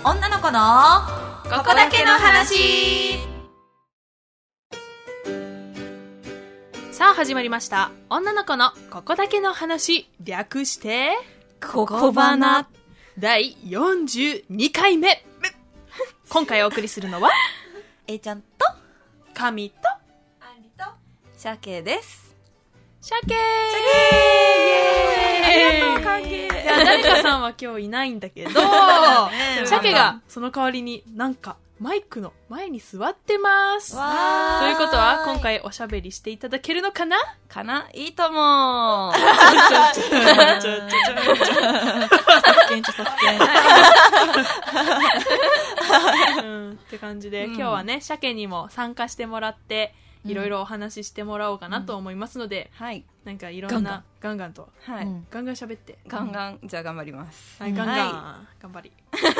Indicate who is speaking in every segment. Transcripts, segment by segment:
Speaker 1: 女の子のここだけの話。
Speaker 2: さあ始まりました。女の子のここだけの話、略して
Speaker 1: ここばな
Speaker 2: 第42回目。今回お送りするのは
Speaker 1: A ちゃんと
Speaker 2: 神と
Speaker 1: アンリと鮭です。
Speaker 2: 鮭
Speaker 1: イエーイ、ありがとう歓迎。
Speaker 2: いや誰かさんは今日いないんだけど鮭がその代わりになんかマイクの前に座ってます。ということは今回おしゃべりしていただけるのかな？
Speaker 1: かな？いいとも。
Speaker 2: って感じで、今日はね鮭にも参加してもらっていろいろお話ししてもらおうかなと思いますので、なんかいろんなガンガンとガンガン喋って
Speaker 1: ガンガンじゃあ頑張ります。
Speaker 2: はい、ガンガン頑張り。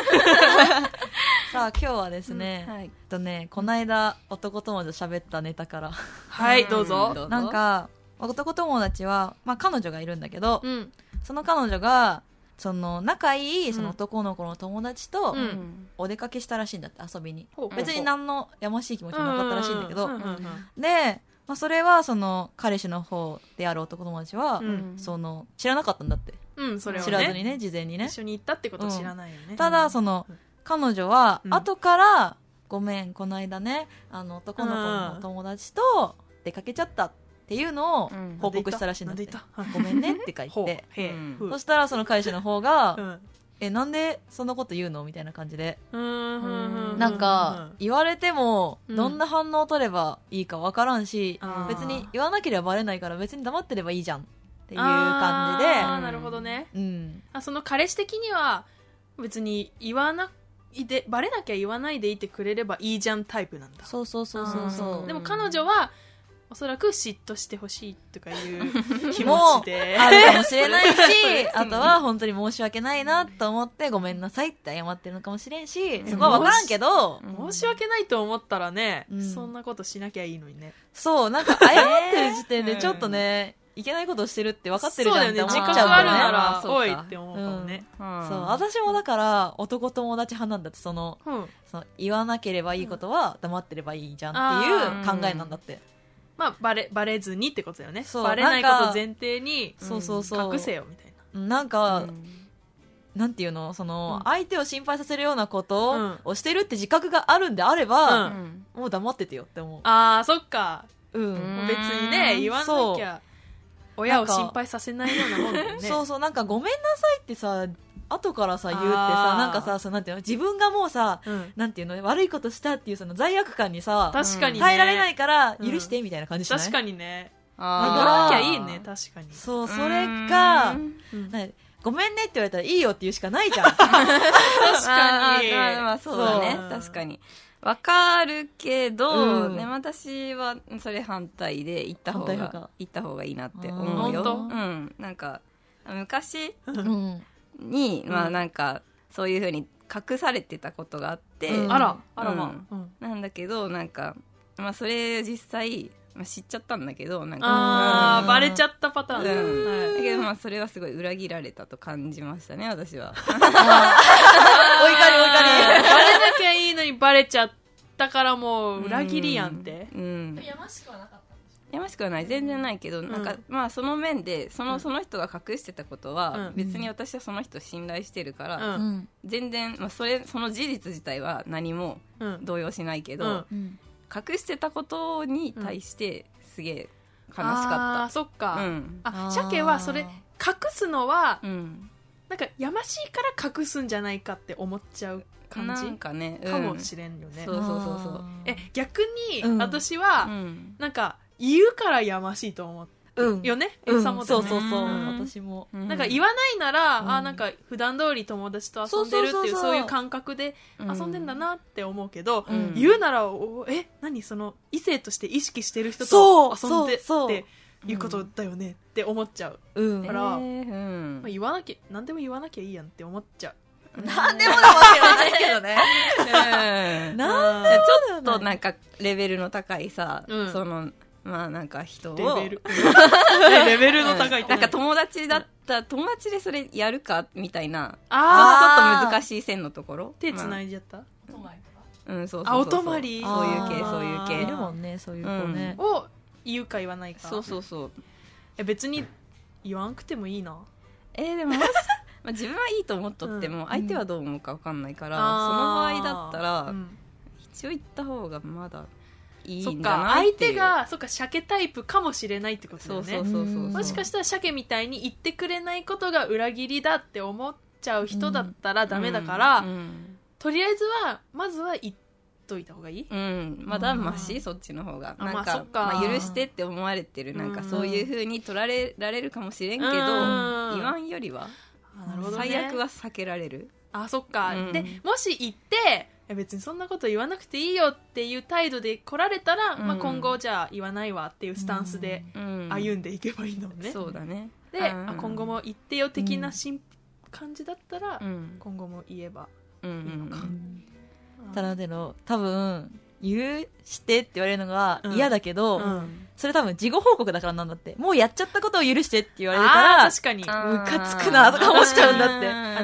Speaker 1: さあ今日はですね、この間男友達と喋ったネタから
Speaker 2: はいどうぞ。
Speaker 1: なんか男友達は、彼女がいるんだけど、その彼女がその仲いいその男の子の友達とお出かけしたらしいんだって、遊びに。別に何のやましい気持ちもなかったらしいんだけど、で、それはその彼氏の方である男友達は、その知らなかったんだって、
Speaker 2: それをね、
Speaker 1: 知らずにね、事前にね、
Speaker 2: 一緒に行ったってこと知らないよね。
Speaker 1: ただその彼女は後から、ごめんこの間ね男の子の友達と出かけちゃったっていうのを報告したらしいんだって。ごめんねって書いてそしたらその彼氏の方が、なんでそんなこと言うのみたいな感じで、なんか言われてもどんな反応を取ればいいか分からんし、別に言わなければバレないから別に黙ってればいいじゃんっていう感じで。
Speaker 2: なるほどね。その彼氏的には別に言わなでバレなきゃ言わないでいてくれればいいじゃんタイプなんだ。
Speaker 1: そう
Speaker 2: でも彼女はおそらく嫉妬してほしいとかいう気持ちで
Speaker 1: あるかもしれないしあとは本当に申し訳ないなと思ってごめんなさいって謝ってるのかもしれんし、そこは分からんけど、
Speaker 2: 申し訳ないと思ったらね、そんなことしなきゃいいのにね。
Speaker 1: そう、なんか謝ってる時点でちょっとね、いけないことをしてるって分かってるじゃんって思っちゃうんだよね。
Speaker 2: 自覚あるならおいって思うかもね。
Speaker 1: そう、私もだから男友達派なんだって。その言わなければいいことは黙ってればいいじゃんっていう考えなんだって。
Speaker 2: バレずにってことだよね。バレないこと前提に隠せよみたいな。
Speaker 1: なんかなんていうの、その相手を心配させるようなことをしてるって自覚があるんであれば、もう黙っててよって思う。
Speaker 2: そっか。別にね言わなきゃ親を心配させないようなもんだよね。
Speaker 1: そう、なんかごめんなさいってさ後からさ言うってさ、なんかさ、なんていうの、自分がもうさ、なんていうの、悪いことしたっていうその罪悪感にさ、
Speaker 2: 確かにね、
Speaker 1: 耐えられないから許してみたいな感じしない？
Speaker 2: 確かにね。言わなきゃいいね。確かに。
Speaker 1: そう、それがごめんねって言われたらいいよって言うしかないじゃん。確
Speaker 2: かに。
Speaker 3: そうだね。確かにわかるけど、私はそれ反対で行った方がいいなって思うよ。なんか昔になんかそういう風に隠されてたことがあって、なんだけどなんかそれ実際知っちゃったんだけど、なんか
Speaker 2: バレちゃったパターン。
Speaker 3: だけどそれはすごい裏切られたと感じましたね、私は。お怒り。
Speaker 2: バレなきゃいいのにバレちゃったからもう裏切りやんって。
Speaker 3: やましくはなかった。やましくはない、全然ないけど、なんかその面でその人が隠してたことは別に私はその人を信頼してるから、全然その事実自体は何も動揺しないけど、隠してたことに対してすげえ悲しかった。
Speaker 2: そっか。鮭はそれ隠すのはなんかやましいから隠すんじゃないかって思っちゃう感じ
Speaker 3: なんかね、
Speaker 2: かもしれんよね。
Speaker 3: そう
Speaker 2: 逆に私はなんか言うからやましいと思うよね。
Speaker 1: そう私も
Speaker 2: なんか言わないならなんか普段通り友達と遊んでるっていうそういう感覚で遊んでんだなって思うけど、言うなら何その異性として意識してる人と遊んでっていうことだよねって思っちゃうから言わなきゃ何でも言わなきゃいいやんって思っちゃう。
Speaker 1: なんでもだわけはないけどね。
Speaker 3: ちょっとなんかレベルの高いさ、そのまあなんか人を
Speaker 2: レベルの高い
Speaker 3: なんか友達だった友達でそれやるかみたいな、ちょっと難しい線のところ、
Speaker 2: 手繋いじゃった、
Speaker 3: そう
Speaker 2: お泊まり、
Speaker 3: そういう系
Speaker 1: いるもんね、そういう子ね、
Speaker 2: を言うか言わないか。
Speaker 3: そう
Speaker 2: 別に言わんくてもいいな。
Speaker 3: でも自分はいいと思っとっても相手はどう思うか分かんないから、その場合だったら一応言った方がまだいいんじゃないっていう。
Speaker 2: 相手が鮭タイプかもしれないってことだよね。
Speaker 3: そう
Speaker 2: もしかしたら鮭みたいに言ってくれないことが裏切りだって思っちゃう人だったらダメだから、とりあえずはまずは言っといた方がいい。
Speaker 3: まだマシ、そっちの方がなんか、許してって思われてる、なんかそういう風に取られられるかもしれんけど、言わんよりは最悪は避けられる。
Speaker 2: そっか、でもし言って別にそんなこと言わなくていいよっていう態度で来られたら、今後じゃあ言わないわっていうスタンスで歩んでいけばいいんだもんね。
Speaker 3: そうだね。
Speaker 2: で、今後も言ってよ的な感じだったら、今後も言えばいいのか。
Speaker 1: ただでの多分許してって言われるのが嫌だけど、それ多分事後報告だからなんだって。もうやっちゃったことを許してって言われるから、
Speaker 2: 確かに
Speaker 1: ムカつくなとか思っちゃうんだって。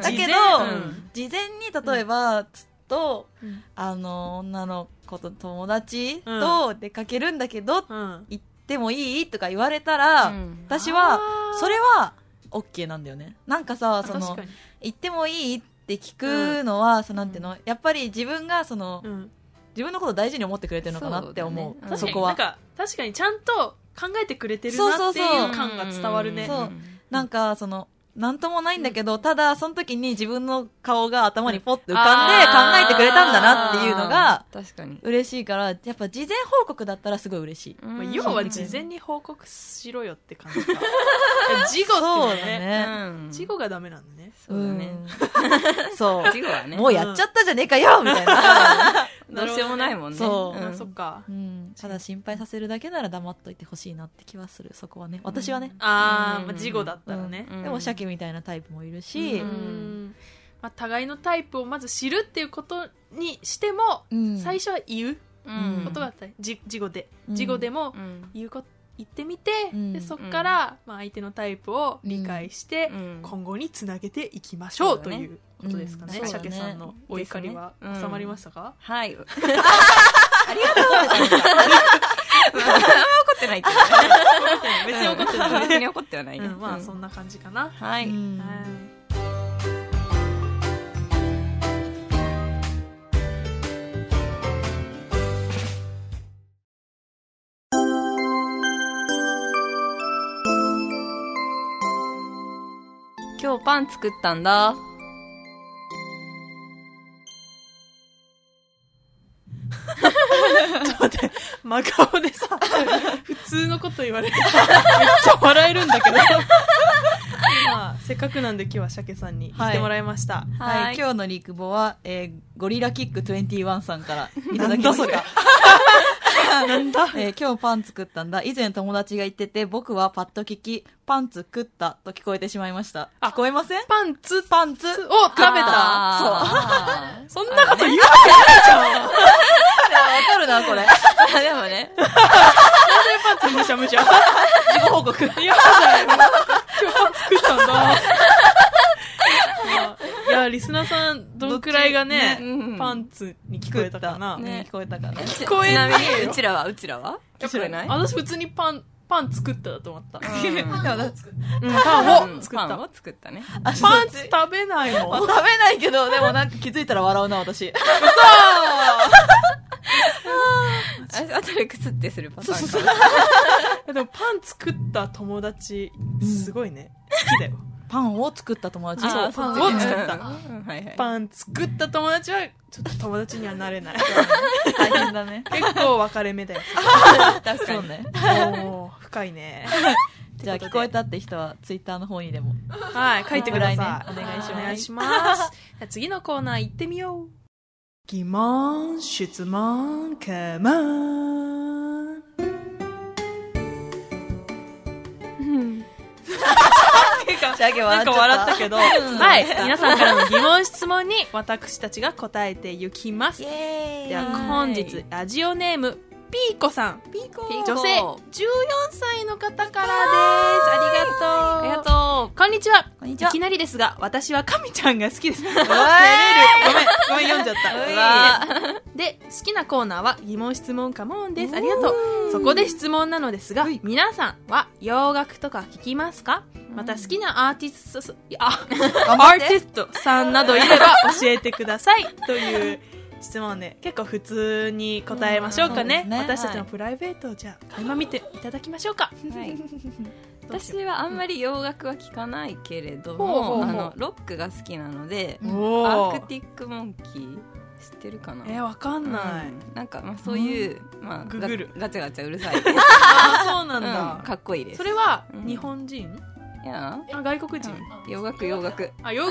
Speaker 1: だけど、事前に例えばと、女の子と友達と出かけるんだけど、行ってもいいとか言われたら、私はそれは OK なんだよね。なんかさ、その行ってもいいって聞くのは、なんていうの、やっぱり自分がその、自分のことを大事に思ってくれてるのかなって思う。そこは。
Speaker 2: 確かにちゃんと考えてくれてるなっていう感が伝わるね。
Speaker 1: なんかそのなんともないんだけど、ただその時に自分の顔が頭にポッと浮かんで考えてくれたんだなっていうのが
Speaker 3: 確かに
Speaker 1: 嬉しいから、やっぱ事前報告だったらすごい嬉しい。
Speaker 2: 要は事前に報告しろよって感じか。事後ってね、事後がダメなんだね。
Speaker 3: そうだね。
Speaker 1: そう。
Speaker 3: 事後はね。
Speaker 1: もうやっちゃったじゃねえかよみたいな。
Speaker 3: どうしようもないもんね。
Speaker 1: そう。
Speaker 2: そっか。
Speaker 1: ただ心配させるだけなら黙っといてほしいなって気はする、そこはね。私はね。
Speaker 2: 事後だったらね。
Speaker 1: でも鮭みたいなタイプもいるし、
Speaker 2: 互いのタイプをまず知るっていうことにしても、最初は言うことがあったり、事後でも言ってみて、でそこから相手のタイプを理解して今後につなげていきましょうということですかね。鮭さんのお怒りは収まりましたか？
Speaker 3: はい。ありがとう。怒ってないけど。
Speaker 2: 別に怒ってない。
Speaker 3: 別に怒ってはないね。
Speaker 2: まあそんな感じかな。
Speaker 3: はい。今日パン作ったんだ。
Speaker 2: ちょっと待って、真顔でさ、普通のこと言われるめっちゃ笑えるんだけど。まあ、せっかくなんで今日は鮭さんに言ってもらいました。
Speaker 1: はい。今日のリクボは、ゴリラキック21さんからいただきました。
Speaker 2: なんだ
Speaker 1: 今日パン作ったんだ。以前友達が言ってて、僕はパッと聞き、パンツ食ったと聞こえてしまいました。聞こえません？
Speaker 2: パンツを食べた。そう。そんなこと言うわけないじゃん。
Speaker 1: わかるな、これ。
Speaker 3: でもね。
Speaker 2: なんでパンツむしゃむしゃ。
Speaker 1: 自己報告。
Speaker 2: いやだよ。今日パンツ食ったんだ。いや、リスナーさん、どんくらいがね、パンツに聞こえたかな。
Speaker 1: 聞こえたかな。
Speaker 2: 聞こえ
Speaker 3: な
Speaker 2: ない
Speaker 3: い。うちらは聞こえない？
Speaker 2: 私普通にパン作っただと思った。パンを
Speaker 3: 作ったね。
Speaker 2: パンツ食べないの？
Speaker 1: 食べないけど、でもなんか気づいたら笑うな、私。
Speaker 3: あとでクスってするパターンか。
Speaker 2: でもパン作った友達、すごいね。好きだよ。
Speaker 1: パンを作った友達。
Speaker 2: そう、パンを作った。パン作った友達は、ちょっと友達にはなれない。
Speaker 1: 大変だね。
Speaker 2: 結構分かれ目だよ。
Speaker 1: 確かにね。
Speaker 2: 深いね。
Speaker 1: じゃあ聞こえたって人はツイッターの方にでも。
Speaker 2: はい、書いてください。
Speaker 1: お願いします。
Speaker 2: じゃあ次のコーナー行ってみよう。疑問、質問、カモン。なんか笑ったけど、はい、皆さんからの疑問質問に私たちが答えていきます。では本日ラジオネームピーコさん。
Speaker 1: ピーコ
Speaker 2: 女性14歳の方からです。ありがとう。こんにちは。
Speaker 1: こんにちは。
Speaker 2: いきなりですが、私は神ちゃんが好きです。ごめん読んじゃった。で、好きなコーナーは疑問質問カモンです。ありがとう。そこで質問なのですが、皆さんは洋楽とか聞きますか？また好きなアーティストさんなどいれば教えてくださいという質問で、結構普通に答えましょうかね。私たちのプライベートをじゃあ垣間見ていただきましょうか。はい、
Speaker 3: 私はあんまり洋楽は聞かないけれども、ロックが好きなので、アークティックモンキー知ってるかな？
Speaker 2: わかんない。
Speaker 3: なんかまあそういう、まあ
Speaker 2: ググる
Speaker 3: ガチャガチャうるさい。
Speaker 2: そうなんだ。
Speaker 3: かっこいいです。
Speaker 2: それは日本人？
Speaker 3: いや、
Speaker 2: 外国人？
Speaker 3: 洋楽。
Speaker 2: 洋楽洋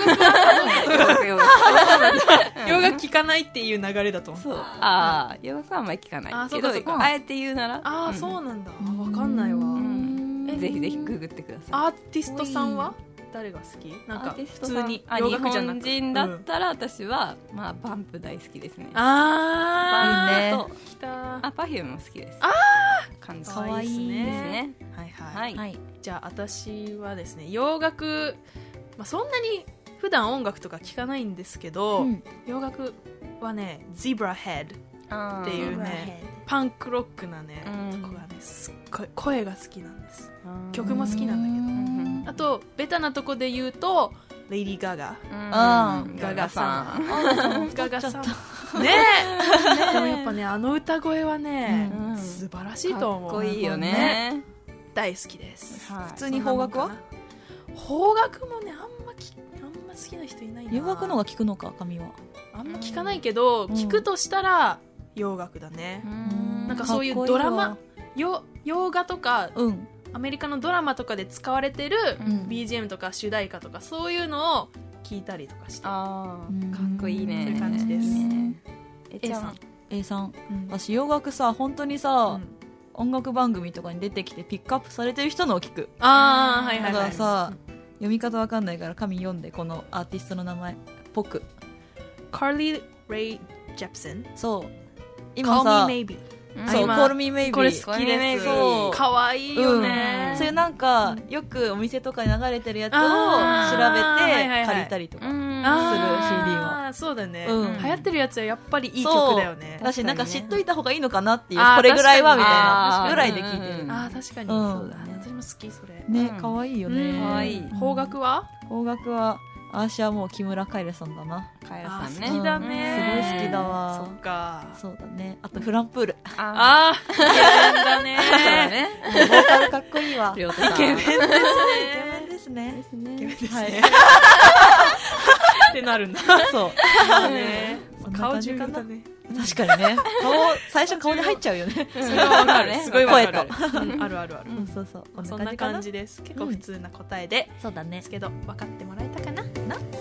Speaker 2: 楽聞かないっていう流れだと思う。
Speaker 3: そう。洋楽はあんまり聞かないけど、あえて言うなら、
Speaker 2: そうなんだ。わかんないわ。
Speaker 3: ぜひぜひググってください。
Speaker 2: アーティストさんは誰が好き？なんか普通に
Speaker 3: 日本人だったら私はまあバンプ大好きですね。
Speaker 2: バンプ
Speaker 3: とパフュームも好きです。感じ
Speaker 2: かわいいですね。
Speaker 3: はい。
Speaker 2: じゃあ私はですね、洋楽、そんなに普段音楽とか聞かないんですけど、洋楽はね、Zebra Head っていうね、パンクロックなね、子がね、すっごい声が好きなんです。曲も好きなんだけど、あとベタなとこで言うとレイディー・ガガ、ガガさんねえ、でもやっぱね、あの歌声はね、素晴らしいと思う。
Speaker 3: かっこいいよね。
Speaker 2: 大好きです。
Speaker 1: 普通に邦楽は？
Speaker 2: 邦楽もね、あんま好きな人いないな。
Speaker 1: 洋楽の方が聞くのか、神は。
Speaker 2: あんま聞かないけど、聞くとしたら洋楽だね。なんかそういうドラマ、洋画とか、アメリカのドラマとかで使われてる BGM とか主題歌とか、そういうのを聞いたりとかして、
Speaker 3: かっこいいね。
Speaker 2: そういう感じです。
Speaker 1: A さん、私洋楽さ、本当にさ、音楽番組とかに出てきてピックアップされてる人のを聞く。だからさ、読み方わかんないから紙読んで、このアーティストの名前ぽく。
Speaker 2: カーリー・レイ・ジェプソン。
Speaker 1: そう。今さ、そう、Call Me Maybe。
Speaker 2: これ好きです。かわいいよね。
Speaker 1: そういうなんか、よくお店とかに流れてるやつを調べて借りたりとかする CD は。
Speaker 2: そうだね。流行ってるやつはやっぱりいい曲だよね。
Speaker 1: だし、なんか知っといた方がいいのかなっていう、これぐらいはみたいなぐらいで聞いてる。
Speaker 2: 確かに。そうだね。私も好き、それ。
Speaker 1: ね、かわいいよね。
Speaker 3: かわいい。
Speaker 2: 邦楽は？
Speaker 1: 邦楽は、私はもう木村カエラさんだな。
Speaker 3: カエラさんね。
Speaker 2: 好きだね。
Speaker 1: すごい好きだわ。
Speaker 2: そっか。
Speaker 1: そうだね。あとフランプール。
Speaker 2: イケメンだね。
Speaker 1: ボーカルかっこいいわ。
Speaker 3: イケメン
Speaker 1: ですね。
Speaker 2: イケメンですね。ってなるんだ。
Speaker 1: そう。
Speaker 2: 顔中だね。
Speaker 1: 確かにね。最初顔に入っちゃうよね。
Speaker 2: それはわかる。すごいわかる。ある。
Speaker 1: そうそう。
Speaker 2: そんな感じです。結構普通な答えで。
Speaker 1: そうだね。
Speaker 2: ですけど、分かってもらえたかな？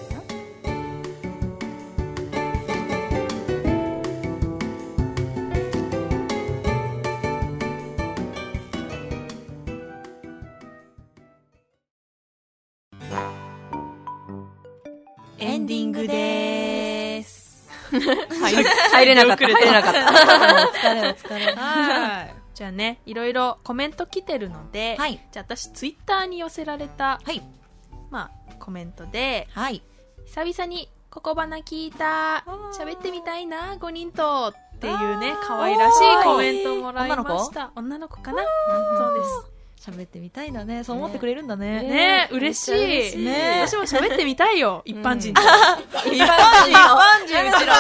Speaker 2: エンディングでーす。
Speaker 3: 入れなかった。
Speaker 1: お疲れ。
Speaker 2: じゃあね、いろいろコメント来てるので、じゃあ私ツイッターに寄せられた、コメントで、久々にココバナ聞いた、喋ってみたいな5人とっていうね、可愛らしいコメントもらいました。女の子かな？そうです。
Speaker 1: 喋ってみたいんだね。そう思ってくれるんだね。
Speaker 2: ね、嬉しい。ね、私も喋ってみたいよ。一般人と。
Speaker 1: 一般人、うちら。上から。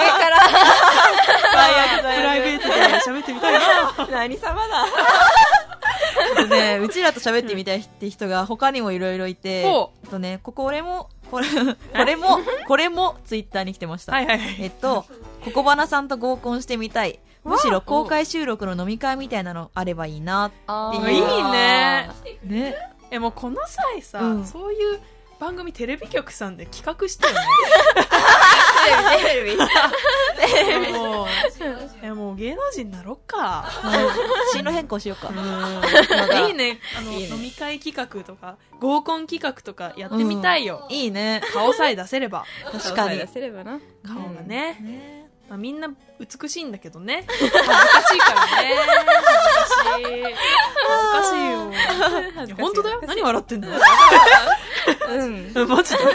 Speaker 2: プライベートで喋ってみたいな。
Speaker 3: 何様だ。
Speaker 1: ね、うちらと喋ってみたいって人が他にもいろいろいて、これもツイッターに来てました。ココバナさんと合コンしてみたい。むしろ公開収録の飲み会みたいなのあればいいなっていう。
Speaker 2: いいね。
Speaker 1: ね。
Speaker 2: もうこの際さ、そういう番組テレビ局さんで企画してよね。もう芸能人になろっか。
Speaker 1: 進路変更しようか。
Speaker 2: いいね。飲み会企画とか合コン企画とかやってみたいよ。
Speaker 1: いいね。
Speaker 2: 顔さえ出せれば。
Speaker 1: 確かに。
Speaker 3: 出せればな。
Speaker 2: 顔がね。 まあ、みんな美しいんだけどね。恥ずかしいからね。恥ずかしいよ。本当だよ。何笑ってんの？うん。マジで。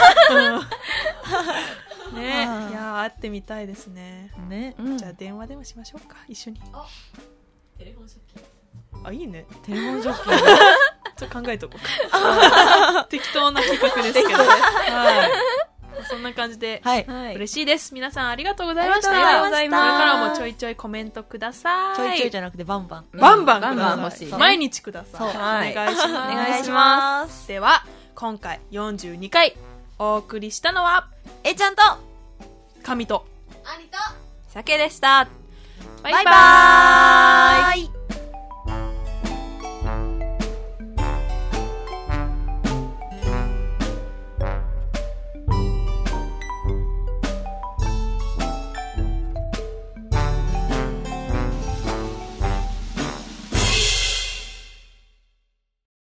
Speaker 2: ね、いや会ってみたいですね。ね、じゃあ電話でもしましょうか、一緒に。テレフォンショッキング。あ、いいね。テレフォンショッキング。ちょっと考えとこうか。適当な企画ですけど。はい。そんな感じで、嬉しいです。皆さんありがとうございました。
Speaker 3: ありがとうございます。
Speaker 2: これからもちょいちょいコメントください。
Speaker 1: ちょいちょいじゃなくてバンバン。
Speaker 2: バンバンください。毎日ください。お願いします。
Speaker 3: お願いします。
Speaker 2: では、今回42回お送りしたのは、
Speaker 1: ちゃんと、
Speaker 2: 神と、
Speaker 3: 兄と、鮭でした。
Speaker 2: バイバーイ。